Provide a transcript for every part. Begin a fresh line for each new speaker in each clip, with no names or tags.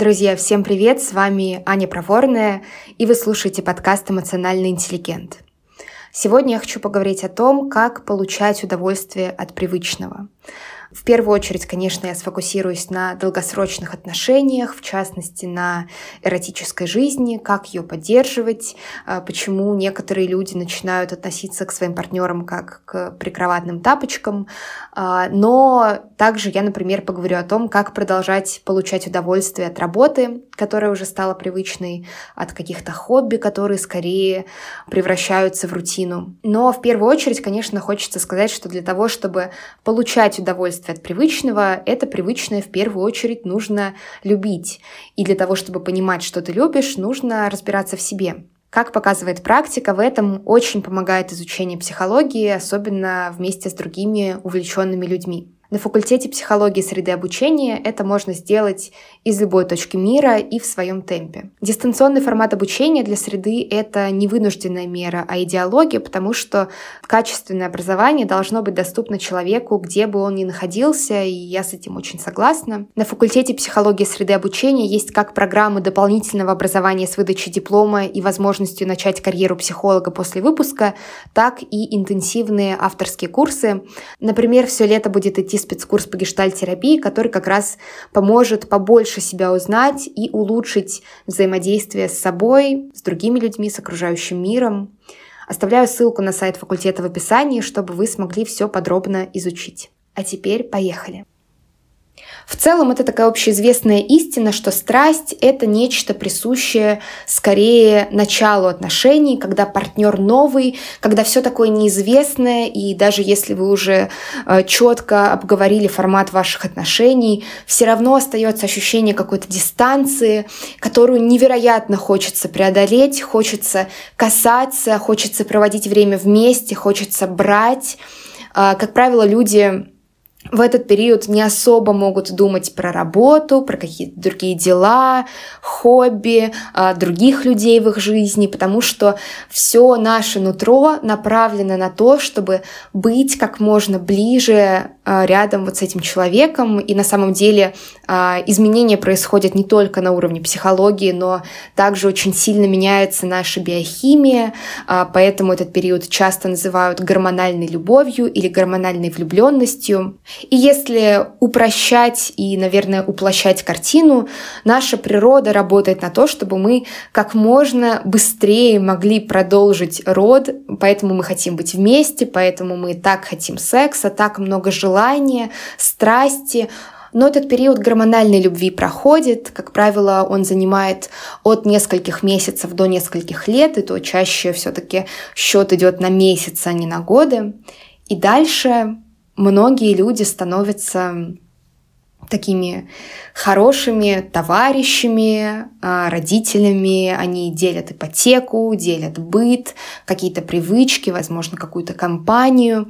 Друзья, всем привет! С вами Аня Проворная, и вы слушаете подкаст «Эмоциональный интеллигент». Сегодня я хочу поговорить о том, как получать удовольствие от привычного. В первую очередь, конечно, я сфокусируюсь на долгосрочных отношениях, в частности, на эротической жизни, как ее поддерживать, почему некоторые люди начинают относиться к своим партнерам как к прикроватным тапочкам. Но также я, например, поговорю о том, как продолжать получать удовольствие от работы, которая уже стала привычной, от каких-то хобби, которые скорее превращаются в рутину. Но в первую очередь, конечно, хочется сказать, что для того, чтобы получать удовольствие от привычного, это привычное в первую очередь нужно любить. И для того, чтобы понимать, что ты любишь, нужно разбираться в себе. Как показывает практика, в этом очень помогает изучение психологии, особенно вместе с другими увлеченными людьми. На факультете психологии среды обучения это можно сделать из любой точки мира и в своем темпе. Дистанционный формат обучения для среды — это не вынужденная мера, а идеология, потому что качественное образование должно быть доступно человеку, где бы он ни находился, и я с этим очень согласна. На факультете психологии среды обучения есть как программы дополнительного образования с выдачей диплома и возможностью начать карьеру психолога после выпуска, так и интенсивные авторские курсы. Например, все лето будет идти спецкурс по гештальт-терапии, который как раз поможет побольше себя узнать и улучшить взаимодействие с собой, с другими людьми, с окружающим миром. Оставляю ссылку на сайт факультета в описании, чтобы вы смогли все подробно изучить. А теперь поехали! В целом, это такая общеизвестная истина, что страсть — это нечто присущее скорее началу отношений, когда партнер новый, когда все такое неизвестное, и даже если вы уже четко обговорили формат ваших отношений, все равно остается ощущение какой-то дистанции, которую невероятно хочется преодолеть, хочется касаться, хочется проводить время вместе, хочется брать. Как правило, люди в этот период не особо могут думать про работу, про какие-то другие дела, хобби, других людей в их жизни, потому что все наше нутро направлено на то, чтобы быть как можно ближе рядом вот с этим человеком. И на самом деле изменения происходят не только на уровне психологии, но также очень сильно меняется наша биохимия, поэтому этот период часто называют гормональной любовью или гормональной влюбленностью. И если упрощать и, наверное, уплощать картину, наша природа работает на то, чтобы мы как можно быстрее могли продолжить род, поэтому мы хотим быть вместе, поэтому мы так хотим секса, так много желания, страсти. Но этот период гормональной любви проходит. Как правило, он занимает от нескольких месяцев до нескольких лет, и то чаще все-таки счет идет на месяцы, а не на годы. И дальше многие люди становятся такими хорошими товарищами, родителями. Они делят ипотеку, делят быт, какие-то привычки, возможно, какую-то компанию.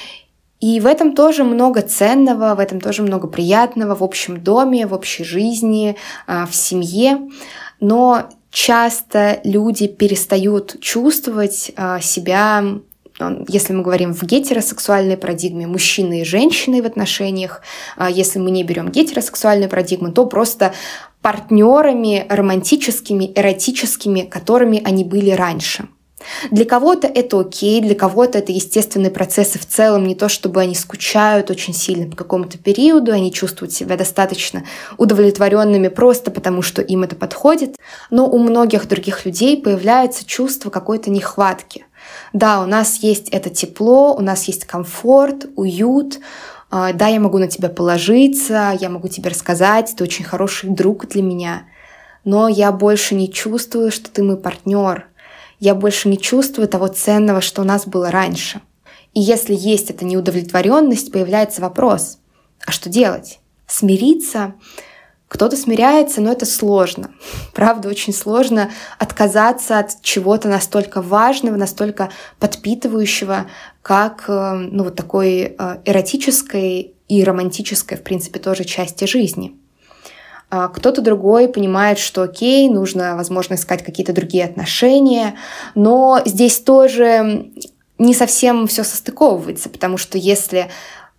И в этом тоже много ценного, в этом тоже много приятного в общем доме, в общей жизни, в семье. Но часто люди перестают чувствовать себя, если мы говорим в гетеросексуальной парадигме, мужчины и женщины в отношениях, если мы не берем гетеросексуальную парадигму, то просто партнерами романтическими, эротическими, которыми они были раньше. Для кого-то это окей, для кого-то это естественные процессы в целом, не то чтобы они скучают очень сильно по какому-то периоду, они чувствуют себя достаточно удовлетворенными просто потому, что им это подходит, но у многих других людей появляется чувство какой-то нехватки. Да, у нас есть это тепло, у нас есть комфорт, уют, да, я могу на тебя положиться, я могу тебе рассказать, ты очень хороший друг для меня, но я больше не чувствую, что ты мой партнер. Я больше не чувствую того ценного, что у нас было раньше. И если есть эта неудовлетворенность, появляется вопрос, а что делать? Смириться? Кто-то смиряется, но это сложно. Правда, очень сложно отказаться от чего-то настолько важного, настолько подпитывающего, как вот такой эротической и романтической, в принципе, тоже части жизни. Кто-то другой понимает, что окей, нужно, возможно, искать какие-то другие отношения, но здесь тоже не совсем все состыковывается, потому что если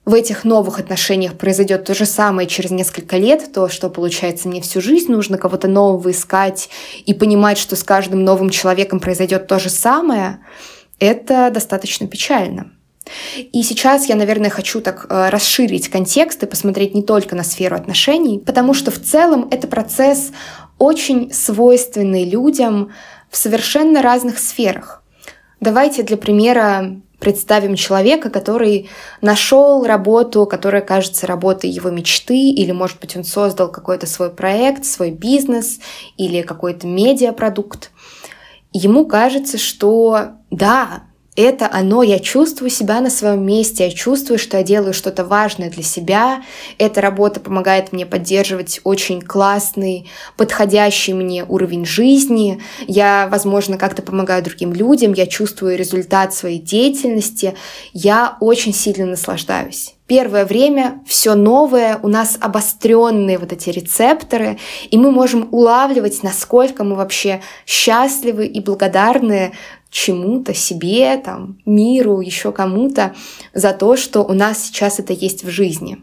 в этих новых отношениях произойдет то же самое через несколько лет, то, что, получается, мне всю жизнь нужно кого-то нового искать и понимать, что с каждым новым человеком произойдет то же самое, это достаточно печально. И сейчас я, наверное, хочу так расширить контекст и посмотреть не только на сферу отношений, потому что в целом это процесс очень свойственный людям в совершенно разных сферах. Давайте для примера представим человека, который нашел работу, которая кажется работой его мечты, или, может быть, он создал какой-то свой проект, свой бизнес или какой-то медиапродукт. Ему кажется, что да, это оно, я чувствую себя на своем месте, я чувствую, что я делаю что-то важное для себя, эта работа помогает мне поддерживать очень классный, подходящий мне уровень жизни, я, возможно, как-то помогаю другим людям, я чувствую результат своей деятельности, я очень сильно наслаждаюсь. Первое время все новое, у нас обостренные вот эти рецепторы, и мы можем улавливать, насколько мы вообще счастливы и благодарны чему-то, себе, там, миру, еще кому-то за то, что у нас сейчас это есть в жизни.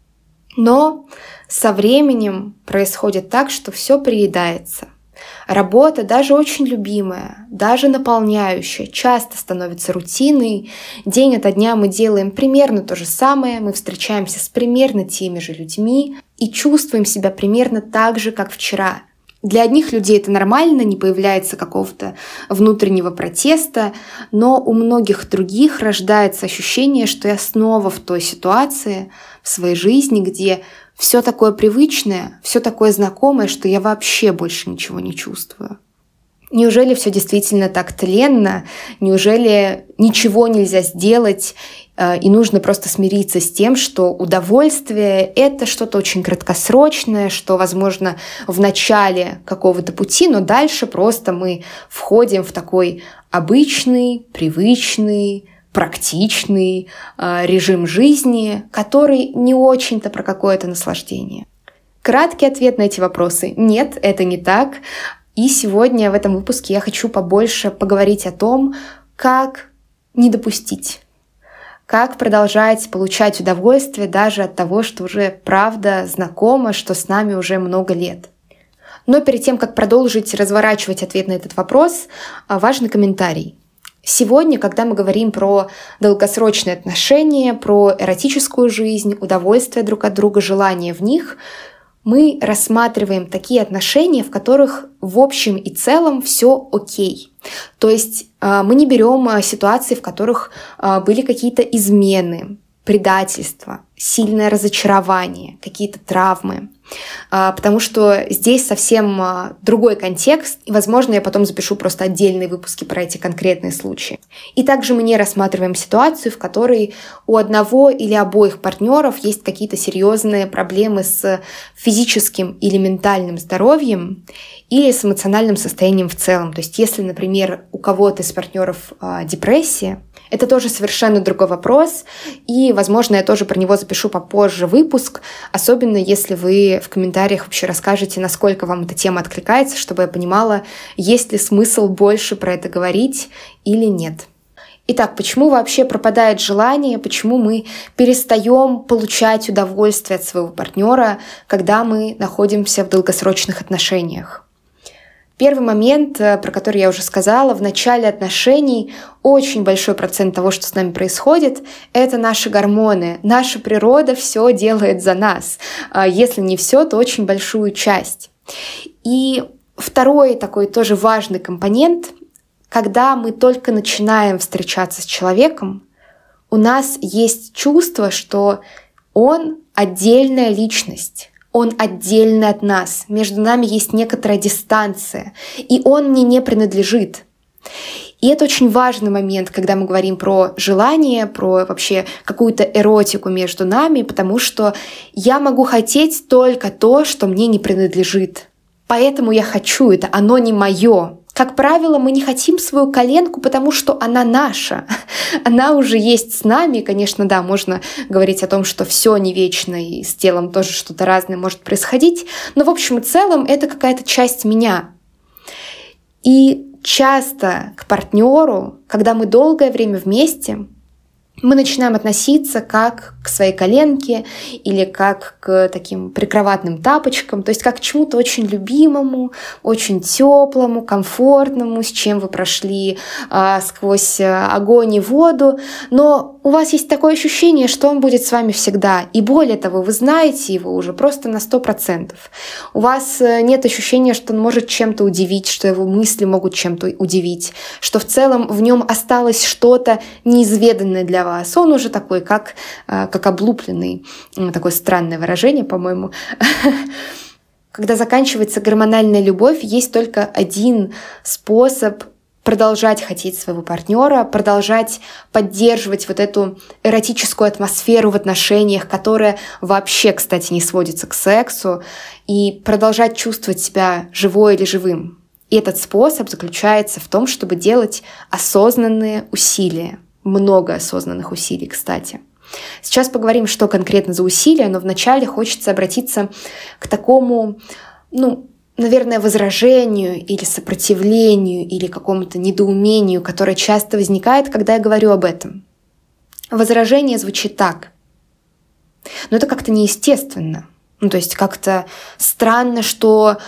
Но со временем происходит так, что все приедается. Работа, даже очень любимая, даже наполняющая, часто становится рутиной. День ото дня мы делаем примерно то же самое, мы встречаемся с примерно теми же людьми и чувствуем себя примерно так же, как вчера. Для одних людей это нормально, не появляется какого-то внутреннего протеста, но у многих других рождается ощущение, что я снова в той ситуации в своей жизни, где все такое привычное, все такое знакомое, что я вообще больше ничего не чувствую. Неужели все действительно так тленно? Неужели ничего нельзя сделать? И нужно просто смириться с тем, что удовольствие — это что-то очень краткосрочное, что, возможно, в начале какого-то пути, но дальше просто мы входим в такой обычный, привычный, практичный режим жизни, который не очень-то про какое-то наслаждение. Краткий ответ на эти вопросы — нет, это не так. И сегодня в этом выпуске я хочу побольше поговорить о том, как не допустить, как продолжать получать удовольствие даже от того, что уже правда знакомо, что с нами уже много лет. Но перед тем, как продолжить разворачивать ответ на этот вопрос, важный комментарий. Сегодня, когда мы говорим про долгосрочные отношения, про эротическую жизнь, удовольствие друг от друга, желание в них, мы рассматриваем такие отношения, в которых в общем и целом все окей. То есть мы не берем ситуации, в которых были какие-то измены, предательство, сильное разочарование, какие-то травмы. Потому что здесь совсем другой контекст, и, возможно, я потом запишу просто отдельные выпуски про эти конкретные случаи. И также мы не рассматриваем ситуацию, в которой у одного или обоих партнеров есть какие-то серьезные проблемы с физическим или ментальным здоровьем или с эмоциональным состоянием в целом. То есть если, например, у кого-то из партнеров депрессия, это тоже совершенно другой вопрос, и, возможно, я тоже про него запишу попозже выпуск, особенно если вы в комментариях вообще расскажете, насколько вам эта тема откликается, чтобы я понимала, есть ли смысл больше про это говорить или нет. Итак, почему вообще пропадает желание, почему мы перестаем получать удовольствие от своего партнера, когда мы находимся в долгосрочных отношениях? Первый момент, про который я уже сказала, в начале отношений очень большой процент того, что с нами происходит, это наши гормоны. Наша природа все делает за нас. Если не все, то очень большую часть. И второй такой тоже важный компонент, когда мы только начинаем встречаться с человеком, у нас есть чувство, что он отдельная личность. Он отдельный от нас, между нами есть некоторая дистанция, и он мне не принадлежит. И это очень важный момент, когда мы говорим про желание, про вообще какую-то эротику между нами, потому что я могу хотеть только то, что мне не принадлежит. Поэтому я хочу это, оно не мое. Как правило, мы не хотим свою коленку, потому что она наша. Она уже есть с нами. Конечно, да, можно говорить о том, что все не вечно, и с телом тоже что-то разное может происходить. Но в общем и целом это какая-то часть меня. И часто к партнеру, когда мы долгое время вместе, мы начинаем относиться как к своей коленке или как к таким прикроватным тапочкам, то есть как к чему-то очень любимому, очень теплому, комфортному, с чем вы прошли сквозь огонь и воду, но у вас есть такое ощущение, что он будет с вами всегда. И более того, вы знаете его уже просто на 100%. У вас нет ощущения, что он может чем-то удивить, что его мысли могут чем-то удивить, что в целом в нем осталось что-то неизведанное для вас. Он уже такой, как облупленный. Такое странное выражение, по-моему. Когда заканчивается гормональная любовь, есть только один способ продолжать хотеть своего партнера, продолжать поддерживать вот эту эротическую атмосферу в отношениях, которая вообще, кстати, не сводится к сексу, и продолжать чувствовать себя живой или живым. И этот способ заключается в том, чтобы делать осознанные усилия. Много осознанных усилий, кстати. Сейчас поговорим, что конкретно за усилия, но вначале хочется обратиться к такому, наверное, возражению или сопротивлению или какому-то недоумению, которое часто возникает, когда я говорю об этом. Возражение звучит так. Но это как-то неестественно. То есть как-то странно, что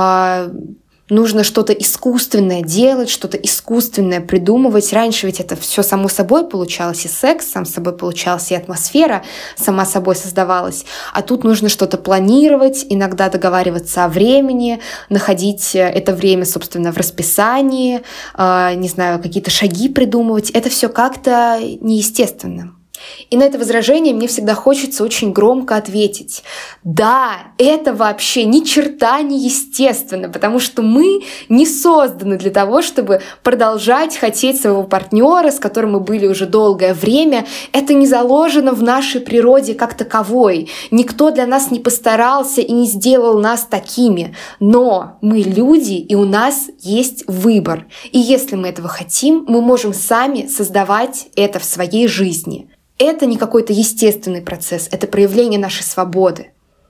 нужно что-то искусственное делать, что-то искусственное придумывать. Раньше ведь это все само собой получалось, и секс сам собой получался, и атмосфера сама собой создавалась. А тут нужно что-то планировать, иногда договариваться о времени, находить это время, собственно, в расписании, какие-то шаги придумывать. Это все как-то неестественно. И на это возражение мне всегда хочется очень громко ответить. Да, это вообще ни черта не естественно, потому что мы не созданы для того, чтобы продолжать хотеть своего партнера, с которым мы были уже долгое время. Это не заложено в нашей природе как таковой. Никто для нас не постарался и не сделал нас такими. Но мы люди, и у нас есть выбор. И если мы этого хотим, мы можем сами создавать это в своей жизни. Это не какой-то естественный процесс, это проявление нашей свободы.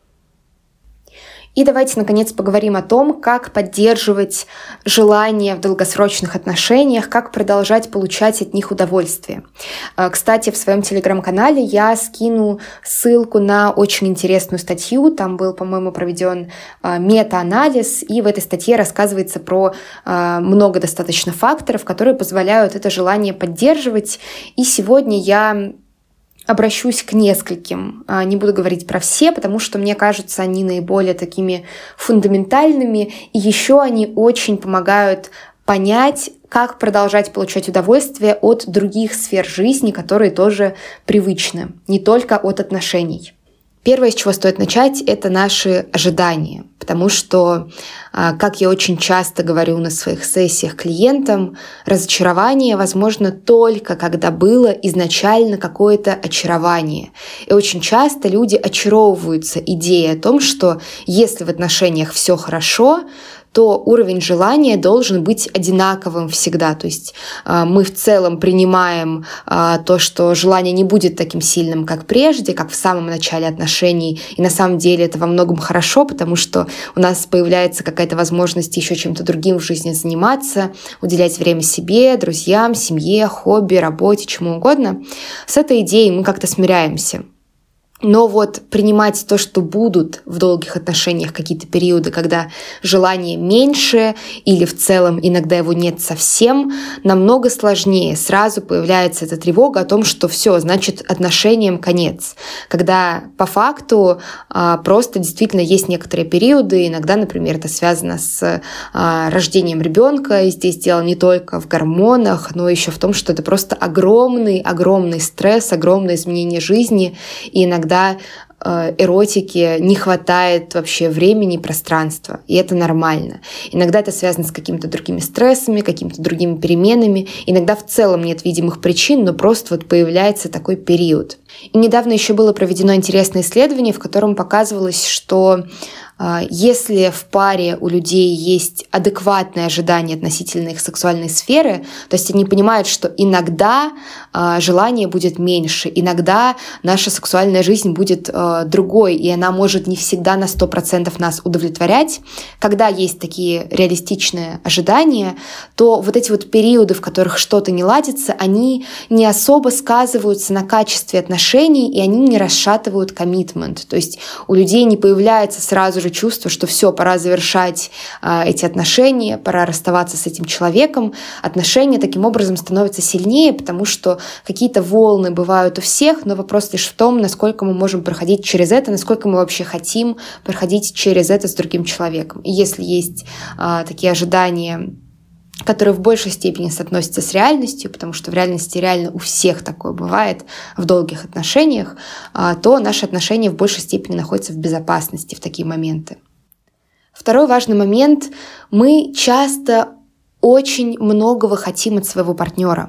И давайте, наконец, поговорим о том, как поддерживать желание в долгосрочных отношениях, как продолжать получать от них удовольствие. Кстати, в своем телеграм-канале я скину ссылку на очень интересную статью. Там был, по-моему, проведен мета-анализ, и в этой статье рассказывается про много достаточно факторов, которые позволяют это желание поддерживать. И сегодня я обращусь к нескольким. Не буду говорить про все, потому что мне кажутся они наиболее такими фундаментальными, и еще они очень помогают понять, как продолжать получать удовольствие от других сфер жизни, которые тоже привычны, не только от отношений. Первое, с чего стоит начать, это наши ожидания, потому что, как я очень часто говорю на своих сессиях клиентам, разочарование возможно только когда было изначально какое-то очарование. И очень часто люди очаровываются идеей о том, что если в отношениях все хорошо, то уровень желания должен быть одинаковым всегда. То есть мы в целом принимаем то, что желание не будет таким сильным, как прежде, как в самом начале отношений. И на самом деле это во многом хорошо, потому что у нас появляется какая-то возможность еще чем-то другим в жизни заниматься, уделять время себе, друзьям, семье, хобби, работе, чему угодно. С этой идеей мы как-то смиряемся. Но вот принимать то, что будут в долгих отношениях какие-то периоды, когда желание меньше или в целом иногда его нет совсем, намного сложнее. Сразу появляется эта тревога о том, что все, значит, отношениям конец. Когда по факту просто действительно есть некоторые периоды, иногда, например, это связано с рождением ребенка, и здесь дело не только в гормонах, но еще в том, что это просто огромный стресс, огромное изменение жизни, и иногда эротике не хватает вообще времени и пространства, и это нормально. Иногда это связано с какими-то другими стрессами, какими-то другими переменами, иногда в целом нет видимых причин, но просто вот появляется такой период. И недавно еще было проведено интересное исследование, в котором показывалось, что Если в паре у людей есть адекватное ожидание относительно их сексуальной сферы, то есть они понимают, что иногда желание будет меньше, иногда наша сексуальная жизнь будет другой, и она может не всегда на 100% нас удовлетворять. Когда есть такие реалистичные ожидания, то вот эти вот периоды, в которых что-то не ладится, они не особо сказываются на качестве отношений, и они не расшатывают коммитмент. То есть у людей не появляется сразу же чувство, что все, пора завершать эти отношения, пора расставаться с этим человеком. Отношения таким образом становятся сильнее, потому что какие-то волны бывают у всех, но вопрос лишь в том, насколько мы можем проходить через это, насколько мы вообще хотим проходить через это с другим человеком. И если есть такие ожидания, которые в большей степени соотносятся с реальностью, потому что в реальности реально у всех такое бывает в долгих отношениях, то наши отношения в большей степени находятся в безопасности в такие моменты. Второй важный момент — мы часто очень многого хотим от своего партнера.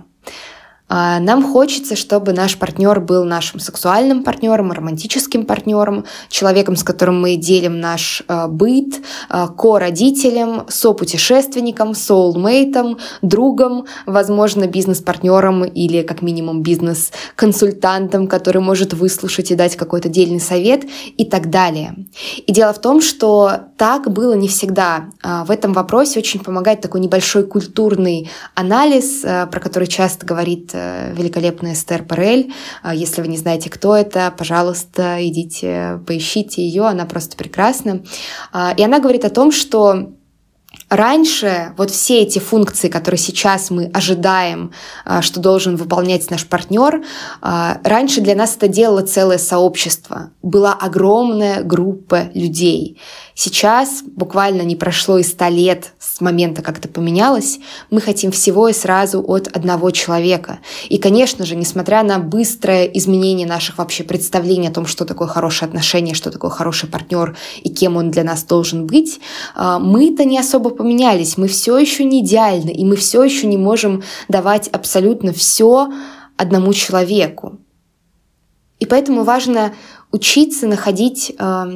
Нам хочется, чтобы наш партнер был нашим сексуальным партнером, романтическим партнером, человеком, с которым мы делим наш быт, ко-родителем, сопутешественником, соулмейтом, другом, возможно, бизнес-партнером или как минимум бизнес-консультантом, который может выслушать и дать какой-то дельный совет и так далее. И дело в том, что так было не всегда. В этом вопросе очень помогает такой небольшой культурный анализ, про который часто говорит великолепная Эстер Перель. Если вы не знаете, кто это, пожалуйста, идите, поищите ее, она просто прекрасна. И она говорит о том, что раньше вот все эти функции, которые сейчас мы ожидаем, что должен выполнять наш партнер, раньше для нас это делало целое сообщество, была огромная группа людей. Сейчас, буквально не прошло и 100 лет с момента, как это поменялось, мы хотим всего и сразу от одного человека. И, конечно же, несмотря на быстрое изменение наших вообще представлений о том, что такое хорошее отношение, что такое хороший партнер и кем он для нас должен быть, мы-то не особо поменялись, мы все еще не идеальны, и мы все еще не можем давать абсолютно все одному человеку. И поэтому важно учиться находить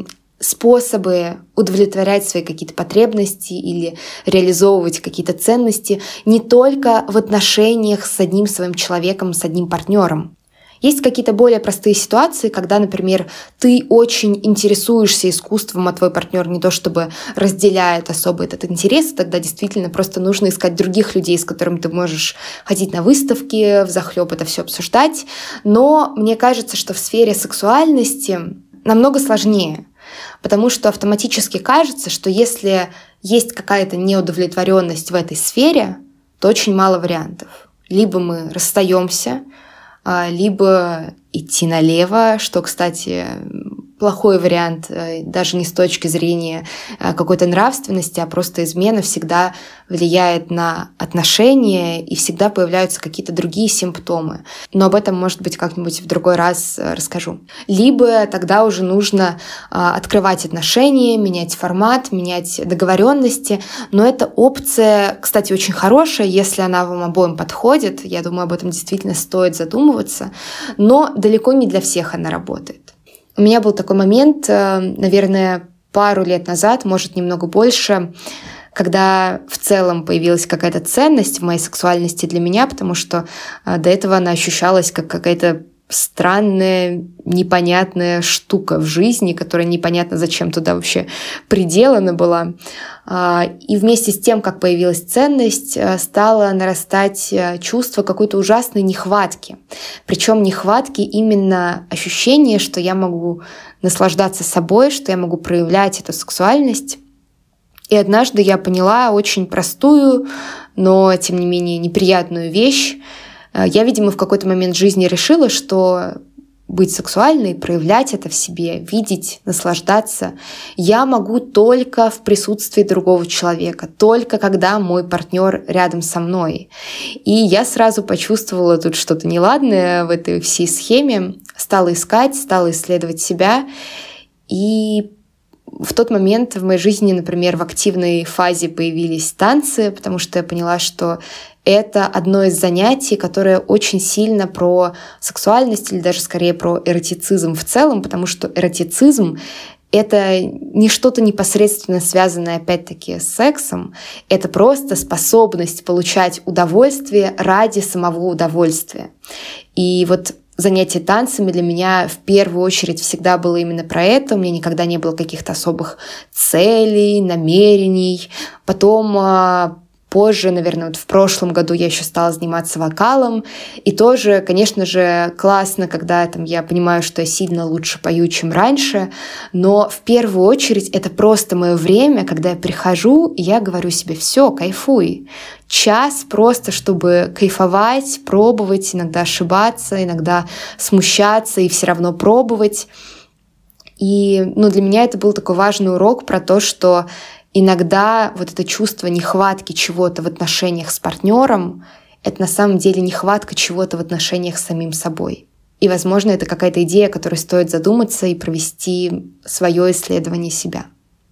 способы удовлетворять свои какие-то потребности или реализовывать какие-то ценности не только в отношениях с одним своим человеком, с одним партнером. Есть какие-то более простые ситуации, когда, например, ты очень интересуешься искусством, а твой партнер не то чтобы разделяет особо этот интерес, тогда действительно просто нужно искать других людей, с которыми ты можешь ходить на выставки, взахлеб это все обсуждать. Но мне кажется, что в сфере сексуальности намного сложнее, потому что автоматически кажется, что если есть какая-то неудовлетворенность в этой сфере, то очень мало вариантов. Либо мы расстаемся, либо идти налево, что, кстати, плохой вариант даже не с точки зрения какой-то нравственности, а просто измена всегда влияет на отношения, и всегда появляются какие-то другие симптомы. Но об этом, может быть, как-нибудь в другой раз расскажу. Либо тогда уже нужно открывать отношения, менять формат, менять договоренности. Но эта опция, кстати, очень хорошая, если она вам обоим подходит. Я думаю, об этом действительно стоит задумываться. Но далеко не для всех она работает. У меня был такой момент, наверное, пару лет назад, может, немного больше, когда в целом появилась какая-то ценность в моей сексуальности для меня, потому что до этого она ощущалась как какая-то странная, непонятная штука в жизни, которая непонятно зачем туда вообще приделана была. И вместе с тем, как появилась ценность, стало нарастать чувство какой-то ужасной нехватки. Причем нехватки именно ощущения, что я могу наслаждаться собой, что я могу проявлять эту сексуальность. И однажды я поняла очень простую, но тем не менее неприятную вещь. Я, видимо, в какой-то момент жизни решила, что быть сексуальной, проявлять это в себе, видеть, наслаждаться я могу только в присутствии другого человека, только когда мой партнер рядом со мной. И я сразу почувствовала тут что-то неладное в этой всей схеме, стала искать, стала исследовать себя. И в тот момент в моей жизни, например, в активной фазе появились танцы, потому что я поняла, что это одно из занятий, которое очень сильно про сексуальность или даже скорее про эротицизм в целом, потому что эротицизм — это не что-то непосредственно связанное, опять-таки, с сексом. Это просто способность получать удовольствие ради самого удовольствия. И вот занятие танцами для меня в первую очередь всегда было именно про это. У меня никогда не было каких-то особых целей, намерений. Потом позже, наверное, вот в прошлом году я еще стала заниматься вокалом. И тоже, конечно же, классно, когда я понимаю, что я сильно лучше пою, чем раньше. Но в первую очередь это просто мое время, когда я прихожу, и я говорю себе: все, кайфуй. Час просто, чтобы кайфовать, пробовать, иногда ошибаться, иногда смущаться и все равно пробовать. И для меня это был такой важный урок про то, что иногда вот это чувство нехватки чего-то в отношениях с партнером — это на самом деле нехватка чего-то в отношениях с самим собой. И, возможно, это какая-то идея, о которой стоит задуматься и провести свое исследование себя.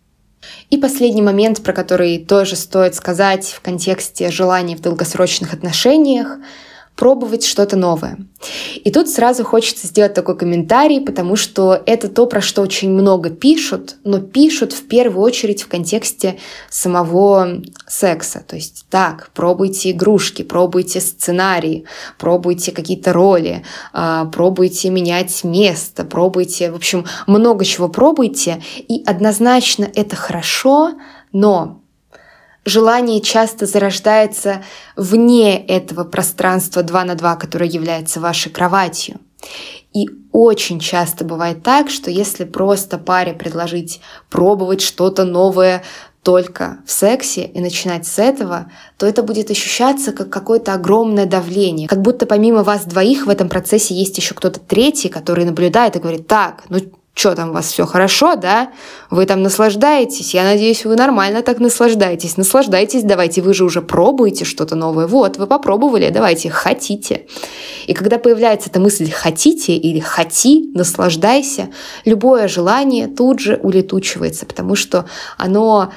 И последний момент, про который тоже стоит сказать в контексте желаний в долгосрочных отношениях — пробовать что-то новое. И тут сразу хочется сделать такой комментарий, потому что это то, про что очень много пишут, но пишут в первую очередь в контексте самого секса. То есть так, пробуйте игрушки, пробуйте сценарии, пробуйте какие-то роли, пробуйте менять место, пробуйте, в общем, много чего пробуйте. И однозначно это хорошо, но желание часто зарождается вне этого пространства 2 на 2, которое является вашей кроватью. И очень часто бывает так, что если просто паре предложить пробовать что-то новое только в сексе и начинать с этого, то это будет ощущаться как какое-то огромное давление. Как будто помимо вас двоих в этом процессе есть еще кто-то третий, который наблюдает и говорит: так, что там, у вас все хорошо, да? Вы там наслаждаетесь? Я надеюсь, вы нормально так наслаждаетесь. Наслаждайтесь, давайте, вы же уже пробуете что-то новое. Вот, вы попробовали, давайте, хотите. И когда появляется эта мысль «хотите» или «хоти», «наслаждайся», любое желание тут же улетучивается, потому что оно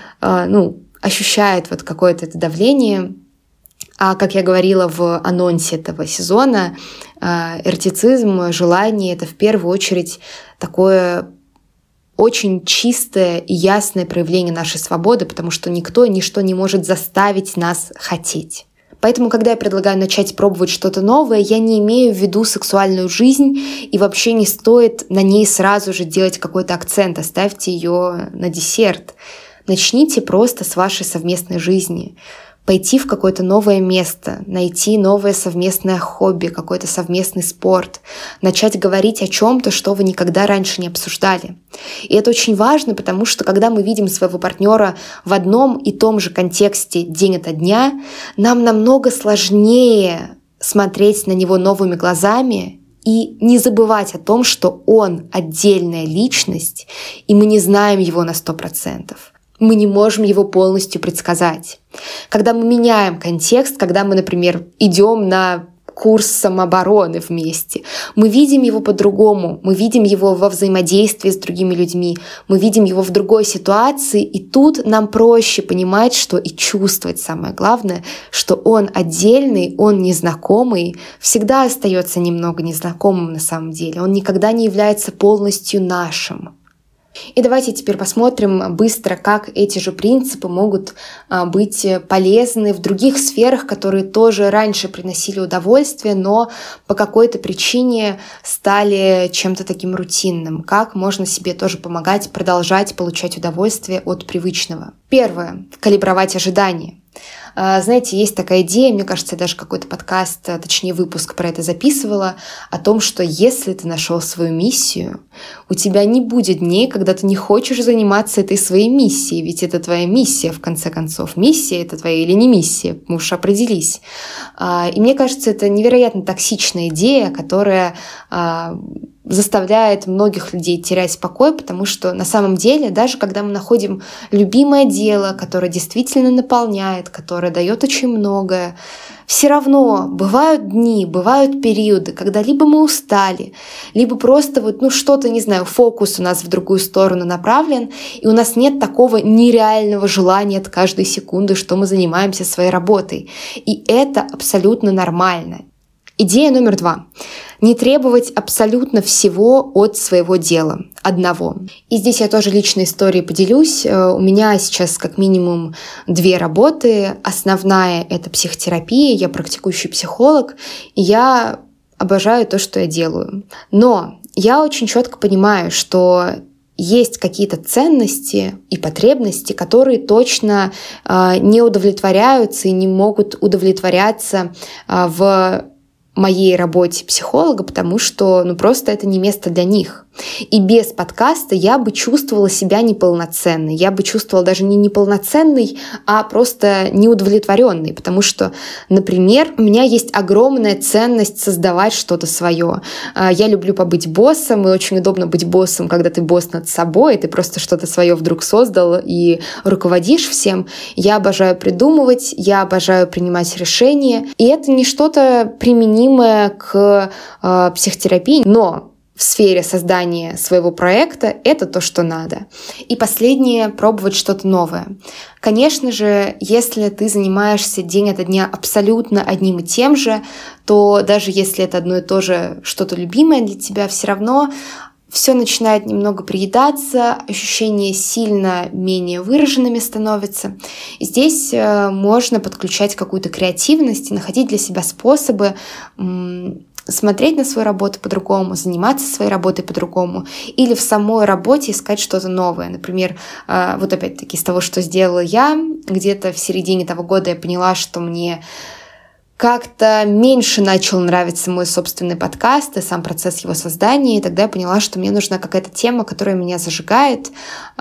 ощущает вот какое-то это давление. А как я говорила в анонсе этого сезона, эротицизм, желание — это в первую очередь такое очень чистое и ясное проявление нашей свободы, потому что никто и ничто не может заставить нас хотеть. Поэтому, когда я предлагаю начать пробовать что-то новое, я не имею в виду сексуальную жизнь, и вообще не стоит на ней сразу же делать какой-то акцент, оставьте ее на десерт. Начните просто с вашей совместной жизни. Пойти в какое-то новое место, найти новое совместное хобби, какой-то совместный спорт, начать говорить о чем-то, что вы никогда раньше не обсуждали. И это очень важно, потому что когда мы видим своего партнера в одном и том же контексте день ото дня, нам намного сложнее смотреть на него новыми глазами и не забывать о том, что он отдельная личность, и мы не знаем его на 100%. Мы не можем его полностью предсказать. Когда мы меняем контекст, когда мы, например, идем на курс самообороны вместе, мы видим его по-другому, мы видим его во взаимодействии с другими людьми, мы видим его в другой ситуации, и тут нам проще понимать, что и чувствовать самое главное, что он отдельный, он незнакомый, всегда остается немного незнакомым на самом деле, он никогда не является полностью нашим. И давайте теперь посмотрим быстро, как эти же принципы могут быть полезны в других сферах, которые тоже раньше приносили удовольствие, но по какой-то причине стали чем-то таким рутинным. Как можно себе тоже помогать продолжать получать удовольствие от привычного. Первое. Калибровать ожидания. Знаете, есть такая идея, мне кажется, я даже какой-то подкаст, точнее выпуск про это записывала, о том, что если ты нашел свою миссию, у тебя не будет дней, когда ты не хочешь заниматься этой своей миссией, ведь это твоя миссия, в конце концов. Миссия — это твоя или не миссия, мы уж определись. И мне кажется, это невероятно токсичная идея, которая заставляет многих людей терять покой, потому что на самом деле, даже когда мы находим любимое дело, которое действительно наполняет, которое дает очень многое, все равно бывают дни, бывают периоды, когда либо мы устали, либо просто что-то, не знаю, фокус у нас в другую сторону направлен, и у нас нет такого нереального желания от каждой секунды, что мы занимаемся своей работой. И это абсолютно нормально. Идея номер 2. Не требовать абсолютно всего от своего дела, одного. И здесь я тоже личной историей поделюсь. У меня сейчас как минимум 2 работы. Основная — это психотерапия, я практикующий психолог, и я обожаю то, что я делаю. Но я очень четко понимаю, что есть какие-то ценности и потребности, которые точно не удовлетворяются и не могут удовлетворяться в моей работе психолога, потому что просто это не место для них. И без подкаста я бы чувствовала себя неполноценной. Я бы чувствовала даже не неполноценной, а просто неудовлетворенной. Потому что, например, у меня есть огромная ценность создавать что-то свое. Я люблю побыть боссом, и очень удобно быть боссом, когда ты босс над собой, и ты просто что-то свое вдруг создал и руководишь всем. Я обожаю придумывать, я обожаю принимать решения. И это не что-то применимое к психотерапии, но в сфере создания своего проекта это то, что надо. И последнее — пробовать что-то новое. Конечно же, если ты занимаешься день ото дня абсолютно одним и тем же, то даже если это одно и то же что-то любимое для тебя, все равно все начинает немного приедаться, ощущения сильно менее выраженными становятся. И здесь можно подключать какую-то креативность и находить для себя способы смотреть на свою работу по-другому, заниматься своей работой по-другому, или в самой работе искать что-то новое. Например, вот опять-таки из того, что сделала я, где-то в середине того года я поняла, что мне как-то меньше начал нравиться мой собственный подкаст и сам процесс его создания, и тогда я поняла, что мне нужна какая-то тема, которая меня зажигает.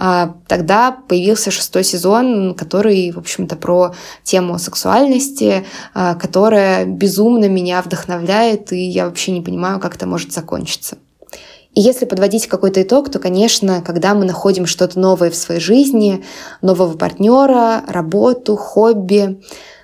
Тогда появился 6-й сезон, который, в общем-то, про тему сексуальности, которая безумно меня вдохновляет, и я вообще не понимаю, как это может закончиться. И если подводить какой-то итог, то, конечно, когда мы находим что-то новое в своей жизни, нового партнера, работу, хобби,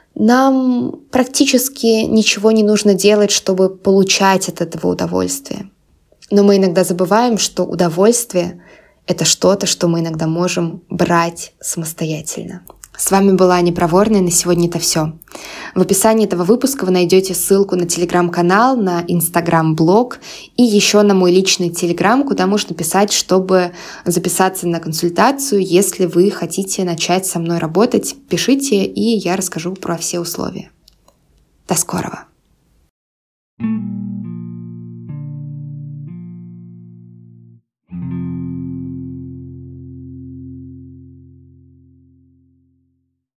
нам практически ничего не нужно делать, чтобы получать от этого удовольствие. Но мы иногда забываем, что удовольствие — это что-то, что мы иногда можем брать самостоятельно. С вами была Аня Проворная, на сегодня это все. В описании этого выпуска вы найдете ссылку на телеграм-канал, на инстаграм-блог и еще на мой личный телеграм, куда можно писать, чтобы записаться на консультацию. Если вы хотите начать со мной работать, пишите, и я расскажу про все условия. До скорого!